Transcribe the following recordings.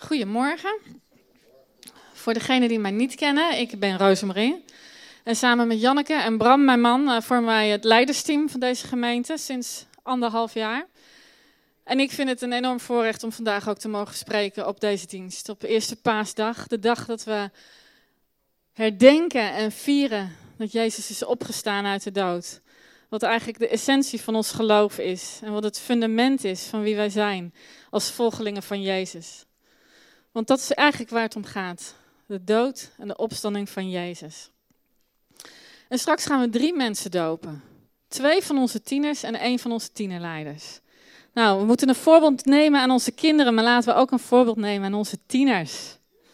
Goedemorgen. Voor degenen die mij niet kennen, ik ben Rosemarie. En samen met Janneke en Bram, mijn man, vormen wij het leidersteam van deze gemeente sinds 1,5 jaar. En ik vind het een enorm voorrecht om vandaag ook te mogen spreken op deze dienst. Op de eerste paasdag, de dag dat we herdenken en vieren dat Jezus is opgestaan uit de dood. Wat eigenlijk de essentie van ons geloof is en wat het fundament is van wie wij zijn als volgelingen van Jezus. Want dat is eigenlijk waar het om gaat. De dood en de opstanding van Jezus. En straks gaan we 3 mensen dopen. 2 van onze tieners en 1 van onze tienerleiders. Nou, we moeten een voorbeeld nemen aan onze kinderen, maar laten we ook een voorbeeld nemen aan onze tieners.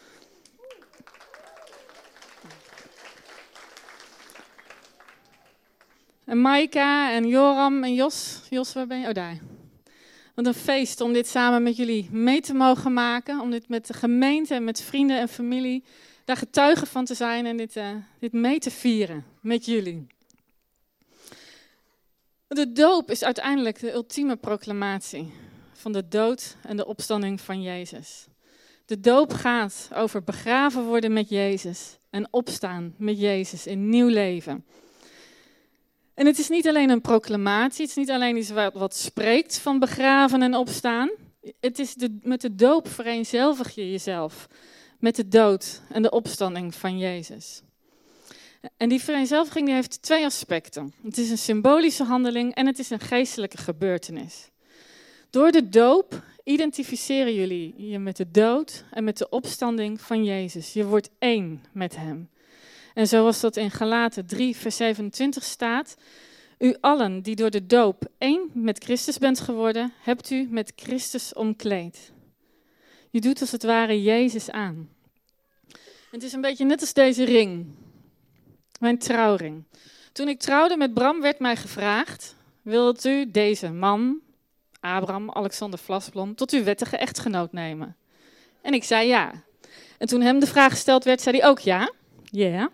En Maika en Joram en Jos. Jos, waar ben je? Oh, daar. Wat een feest om dit samen met jullie mee te mogen maken. Om dit met de gemeente en met vrienden en familie daar getuigen van te zijn en dit mee te vieren met jullie. De doop is uiteindelijk de ultieme proclamatie van de dood en de opstanding van Jezus. De doop gaat over begraven worden met Jezus en opstaan met Jezus in nieuw leven. En het is niet alleen een proclamatie, het is niet alleen iets wat spreekt van begraven en opstaan. Het is met de doop vereenzelvig je jezelf met de dood en de opstanding van Jezus. En die vereenzelviging die heeft 2 aspecten. Het is een symbolische handeling en het is een geestelijke gebeurtenis. Door de doop identificeren jullie je met de dood en met de opstanding van Jezus. Je wordt één met hem. En zoals dat in Galaten 3 vers 27 staat: u allen die door de doop één met Christus bent geworden, hebt u met Christus omkleed. Je doet als het ware Jezus aan. Het is een beetje net als deze ring. Mijn trouwring. Toen ik trouwde met Bram werd mij gevraagd: wilt u deze man, Abraham Alexander Vlasblom, tot uw wettige echtgenoot nemen? En ik zei ja. En toen hem de vraag gesteld werd, zei hij ook ja. Ja. Yeah.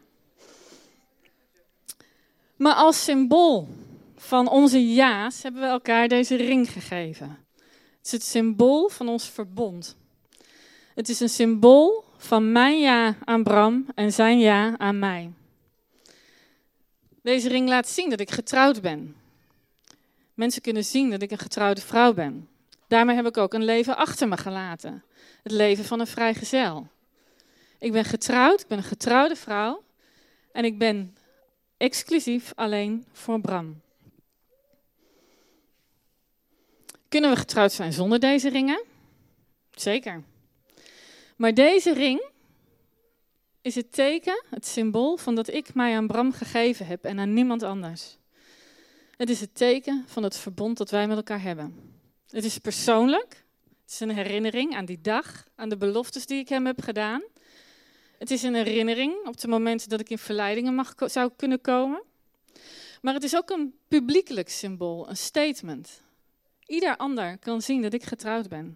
Maar als symbool van onze ja's hebben we elkaar deze ring gegeven. Het is het symbool van ons verbond. Het is een symbool van mijn ja aan Bram en zijn ja aan mij. Deze ring laat zien dat ik getrouwd ben. Mensen kunnen zien dat ik een getrouwde vrouw ben. Daarmee heb ik ook een leven achter me gelaten. Het leven van een vrijgezel. Ik ben getrouwd, ik ben een getrouwde vrouw. En ik ben exclusief alleen voor Bram. Kunnen we getrouwd zijn zonder deze ringen? Zeker. Maar deze ring is het teken, het symbool van dat ik mij aan Bram gegeven heb en aan niemand anders. Het is het teken van het verbond dat wij met elkaar hebben. Het is persoonlijk. Het is een herinnering aan die dag, aan de beloftes die ik hem heb gedaan. Het is een herinnering op de momenten dat ik in verleidingen zou kunnen komen. Maar het is ook een publiekelijk symbool, een statement. Ieder ander kan zien dat ik getrouwd ben.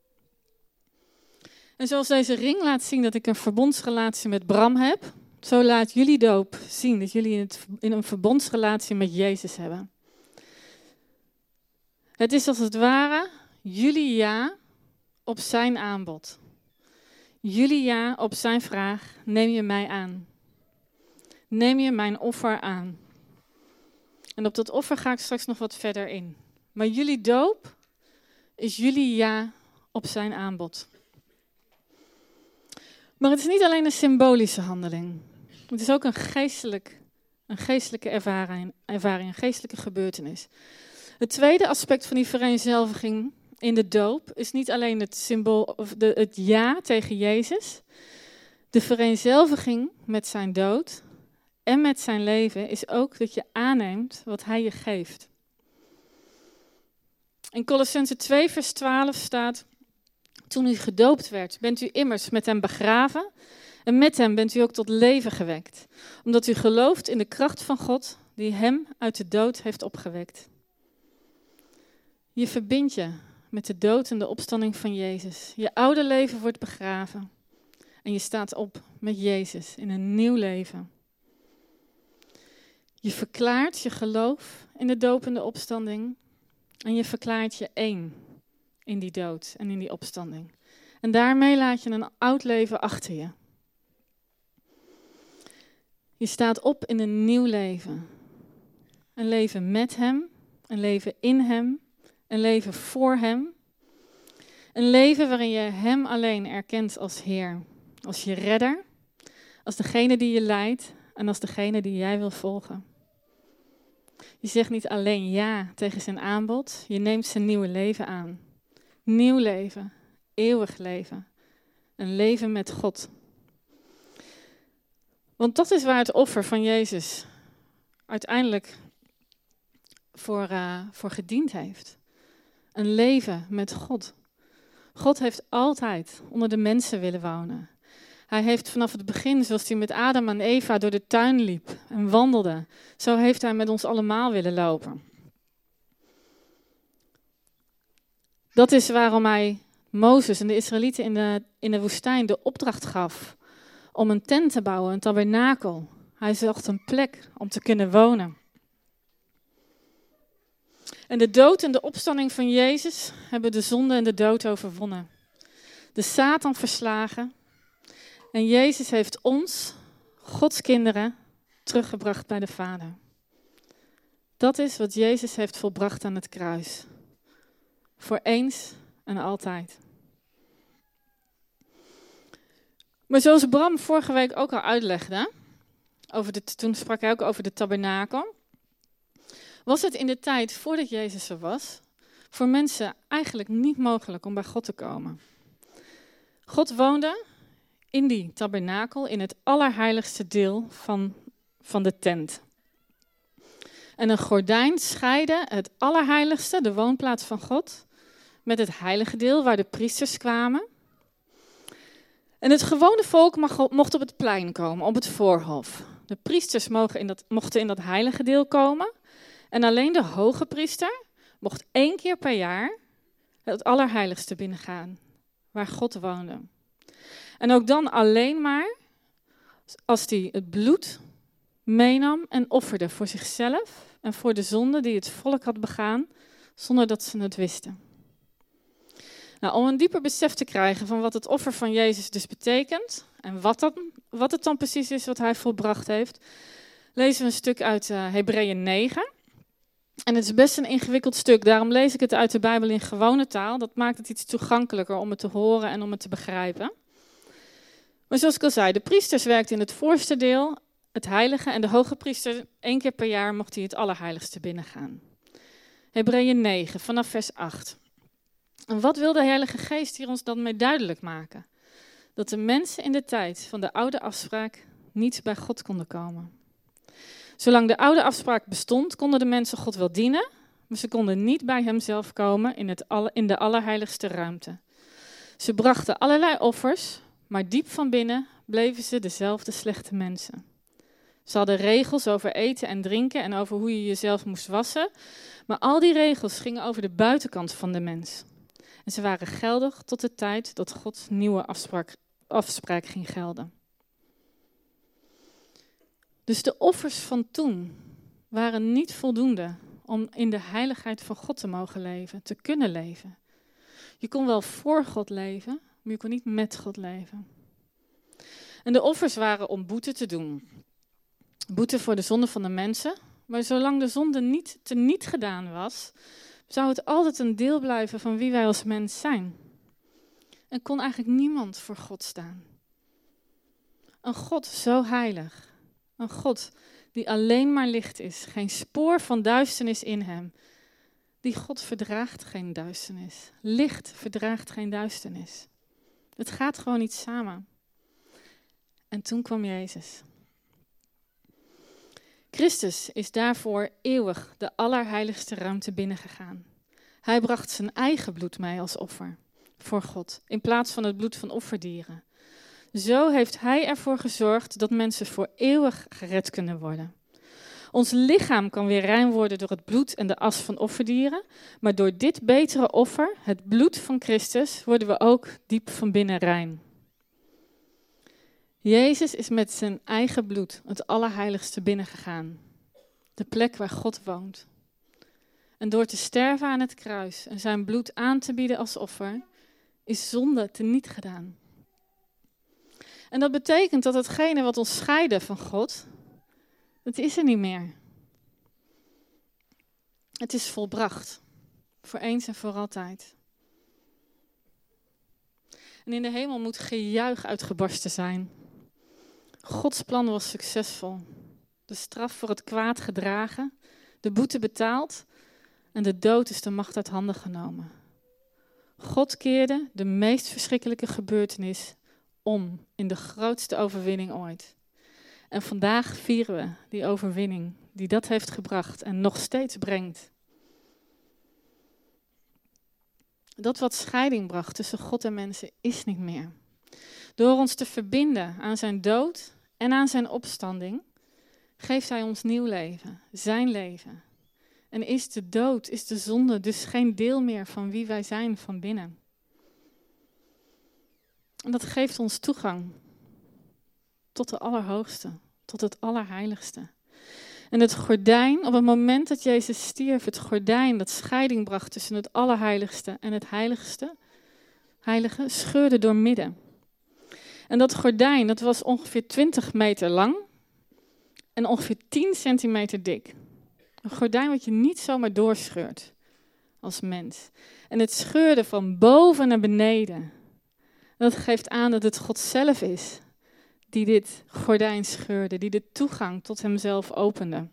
En zoals deze ring laat zien dat ik een verbondsrelatie met Bram heb, zo laat jullie doop zien dat jullie in een verbondsrelatie met Jezus hebben. Het is als het ware jullie ja op zijn aanbod. Jullie ja op zijn vraag: neem je mij aan? Neem je mijn offer aan? En op dat offer ga ik straks nog wat verder in. Maar jullie doop is jullie ja op zijn aanbod. Maar het is niet alleen een symbolische handeling. Het is ook een geestelijke ervaring, een geestelijke gebeurtenis. Het tweede aspect van die vereenzelviging in de doop is niet alleen het symbool of het ja tegen Jezus. De vereenzelviging met zijn dood en met zijn leven is ook dat je aanneemt wat hij je geeft. In Kolossenzen 2 vers 12 staat: toen u gedoopt werd, bent u immers met hem begraven en met hem bent u ook tot leven gewekt, omdat u gelooft in de kracht van God die hem uit de dood heeft opgewekt. Je verbindt je met de dood en de opstanding van Jezus. Je oude leven wordt begraven en je staat op met Jezus in een nieuw leven. Je verklaart je geloof in de doop en de opstanding en je verklaart je één in die dood en in die opstanding. En daarmee laat je een oud leven achter je. Je staat op in een nieuw leven. Een leven met hem, een leven in hem, een leven voor hem. Een leven waarin je hem alleen erkent als Heer, als je redder, als degene die je leidt en als degene die jij wil volgen. Je zegt niet alleen ja tegen zijn aanbod, je neemt zijn nieuwe leven aan. Nieuw leven, eeuwig leven, een leven met God. Want dat is waar het offer van Jezus uiteindelijk voor gediend heeft. Een leven met God. God heeft altijd onder de mensen willen wonen. Hij heeft vanaf het begin, zoals hij met Adam en Eva door de tuin liep en wandelde, zo heeft hij met ons allemaal willen lopen. Dat is waarom hij Mozes en de Israëlieten in de woestijn de opdracht gaf om een tent te bouwen, een tabernakel. Hij zocht een plek om te kunnen wonen. En de dood en de opstanding van Jezus hebben de zonde en de dood overwonnen. De Satan verslagen. En Jezus heeft ons, Gods kinderen, teruggebracht bij de Vader. Dat is wat Jezus heeft volbracht aan het kruis. Voor eens en altijd. Maar zoals Bram vorige week ook al uitlegde, toen sprak hij ook over de tabernakel, was het in de tijd voordat Jezus er was, voor mensen eigenlijk niet mogelijk om bij God te komen. God woonde in die tabernakel, in het allerheiligste deel van de tent. En een gordijn scheidde het allerheiligste, de woonplaats van God, met het heilige deel waar de priesters kwamen. En het gewone volk mocht op het plein komen, op het voorhof. De priesters mochten in dat heilige deel komen. En alleen de hoge priester mocht 1 keer per jaar het allerheiligste binnengaan, waar God woonde. En ook dan alleen maar als hij het bloed meenam en offerde voor zichzelf en voor de zonde die het volk had begaan, zonder dat ze het wisten. Nou, om een dieper besef te krijgen van wat het offer van Jezus dus betekent en wat het dan precies is wat hij volbracht heeft, lezen we een stuk uit Hebreeën 9. En het is best een ingewikkeld stuk, daarom lees ik het uit de Bijbel in gewone taal. Dat maakt het iets toegankelijker om het te horen en om het te begrijpen. Maar zoals ik al zei, de priesters werkten in het voorste deel, het heilige, en de hoge priester 1 keer per jaar mocht hij het allerheiligste binnengaan. Hebreeën 9, vanaf vers 8. En wat wil de Heilige Geest hier ons dan mee duidelijk maken? Dat de mensen in de tijd van de oude afspraak niet bij God konden komen. Zolang de oude afspraak bestond, konden de mensen God wel dienen, maar ze konden niet bij hemzelf komen in de allerheiligste ruimte. Ze brachten allerlei offers, maar diep van binnen bleven ze dezelfde slechte mensen. Ze hadden regels over eten en drinken en over hoe je jezelf moest wassen, maar al die regels gingen over de buitenkant van de mens. En ze waren geldig tot de tijd dat Gods nieuwe afspraak ging gelden. Dus de offers van toen waren niet voldoende om in de heiligheid van God te mogen leven, te kunnen leven. Je kon wel voor God leven, maar je kon niet met God leven. En de offers waren om boete te doen. Boete voor de zonde van de mensen, maar zolang de zonde teniet gedaan was, zou het altijd een deel blijven van wie wij als mens zijn. En kon eigenlijk niemand voor God staan. Een God zo heilig. Een God die alleen maar licht is. Geen spoor van duisternis in hem. Die God verdraagt geen duisternis. Licht verdraagt geen duisternis. Het gaat gewoon niet samen. En toen kwam Jezus. Christus is daarvoor eeuwig de allerheiligste ruimte binnengegaan. Hij bracht zijn eigen bloed mee als offer voor God, in plaats van het bloed van offerdieren. Zo heeft hij ervoor gezorgd dat mensen voor eeuwig gered kunnen worden. Ons lichaam kan weer rein worden door het bloed en de as van offerdieren, maar door dit betere offer, het bloed van Christus, worden we ook diep van binnen rein. Jezus is met zijn eigen bloed het allerheiligste binnengegaan. De plek waar God woont. En door te sterven aan het kruis en zijn bloed aan te bieden als offer, is zonde teniet gedaan. En dat betekent dat hetgene wat ons scheidde van God, dat is er niet meer. Het is volbracht. Voor eens en voor altijd. En in de hemel moet gejuich uitgebarsten zijn. Gods plan was succesvol. De straf voor het kwaad gedragen, de boete betaald en de dood is de macht uit handen genomen. God keerde de meest verschrikkelijke gebeurtenis om in de grootste overwinning ooit. En vandaag vieren we die overwinning die dat heeft gebracht en nog steeds brengt. Dat wat scheiding bracht tussen God en mensen is niet meer. Door ons te verbinden aan zijn dood en aan zijn opstanding, geeft hij ons nieuw leven, zijn leven. En is de dood, is de zonde dus geen deel meer van wie wij zijn van binnen. En dat geeft ons toegang tot de Allerhoogste, tot het Allerheiligste. En het gordijn, op het moment dat Jezus stierf, het gordijn dat scheiding bracht tussen het Allerheiligste en het Heilige, scheurde door midden. En dat gordijn, dat was ongeveer 20 meter lang en ongeveer 10 centimeter dik. Een gordijn wat je niet zomaar doorscheurt als mens. En het scheurde van boven naar beneden. Dat geeft aan dat het God zelf is die dit gordijn scheurde, die de toegang tot hemzelf opende.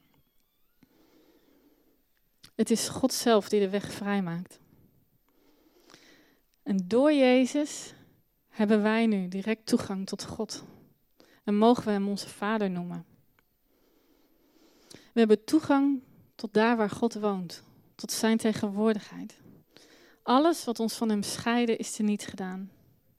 Het is God zelf die de weg vrijmaakt. En door Jezus hebben wij nu direct toegang tot God. En mogen we hem onze Vader noemen. We hebben toegang tot daar waar God woont, tot zijn tegenwoordigheid. Alles wat ons van hem scheidde is teniet gedaan.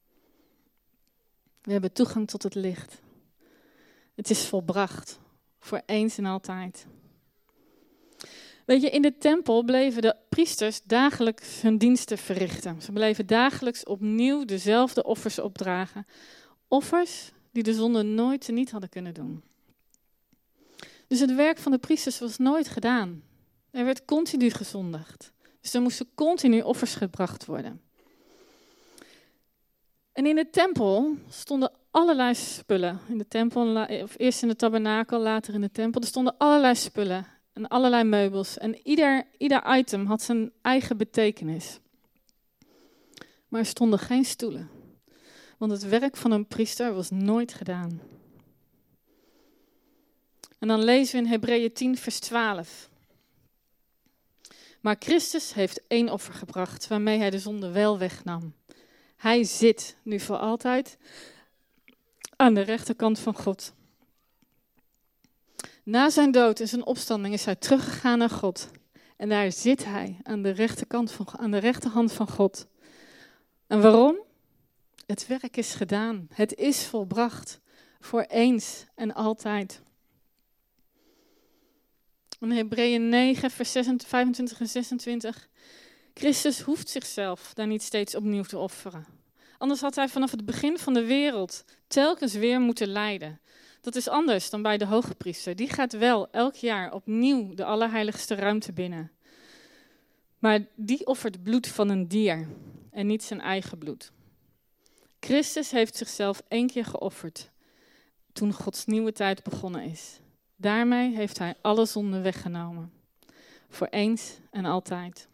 We hebben toegang tot het licht. Het is volbracht, voor eens en altijd. Weet je, in de tempel bleven de priesters dagelijks hun diensten verrichten. Ze bleven dagelijks opnieuw dezelfde offers opdragen. Offers die de zonde nooit teniet hadden kunnen doen. Dus het werk van de priesters was nooit gedaan. Er werd continu gezondigd. Dus er moesten continu offers gebracht worden. En in de tempel stonden allerlei spullen. In de tempel, of eerst in de tabernakel, later in de tempel. Er stonden allerlei spullen en allerlei meubels. En ieder item had zijn eigen betekenis. Maar er stonden geen stoelen. Want het werk van een priester was nooit gedaan. En dan lezen we in Hebreeën 10 vers 12. Maar Christus heeft 1 offer gebracht, waarmee hij de zonde wel wegnam. Hij zit nu voor altijd aan de rechterkant van God. Na zijn dood en zijn opstanding is hij teruggegaan naar God. En daar zit hij aan de rechterhand van God. En waarom? Het werk is gedaan. Het is volbracht. Voor eens en altijd. In Hebreeën 9, vers 25 en 26. Christus hoeft zichzelf daar niet steeds opnieuw te offeren. Anders had hij vanaf het begin van de wereld telkens weer moeten lijden. Dat is anders dan bij de hogepriester. Die gaat wel elk jaar opnieuw de allerheiligste ruimte binnen. Maar die offert bloed van een dier en niet zijn eigen bloed. Christus heeft zichzelf 1 keer geofferd toen Gods nieuwe tijd begonnen is. Daarmee heeft hij alle zonden weggenomen. Voor eens en altijd.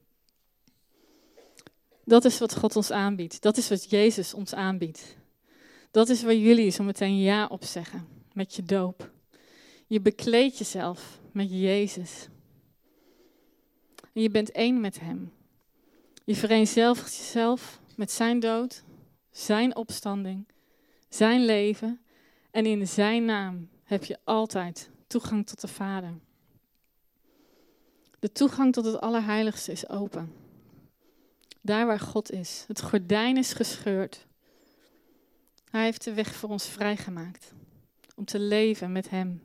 Dat is wat God ons aanbiedt. Dat is wat Jezus ons aanbiedt. Dat is waar jullie zo meteen ja op zeggen. Met je doop. Je bekleedt jezelf met Jezus. En je bent één met hem. Je vereenzelvigt jezelf met zijn dood, zijn opstanding, zijn leven. En in zijn naam heb je altijd toegang tot de Vader. De toegang tot het Allerheiligste is open. Daar waar God is. Het gordijn is gescheurd. Hij heeft de weg voor ons vrijgemaakt. Om te leven met hem.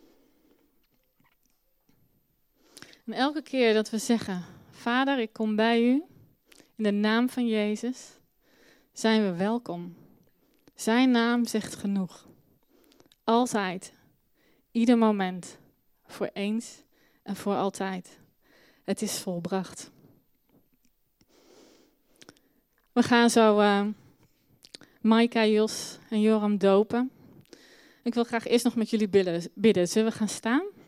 En elke keer dat we zeggen, Vader, ik kom bij u. In de naam van Jezus. Zijn we welkom. Zijn naam zegt genoeg. Altijd. Ieder moment. Voor eens en voor altijd. Het is volbracht. We gaan zo Maaika, Jos en Joram dopen. Ik wil graag eerst nog met jullie bidden. Zullen we gaan staan?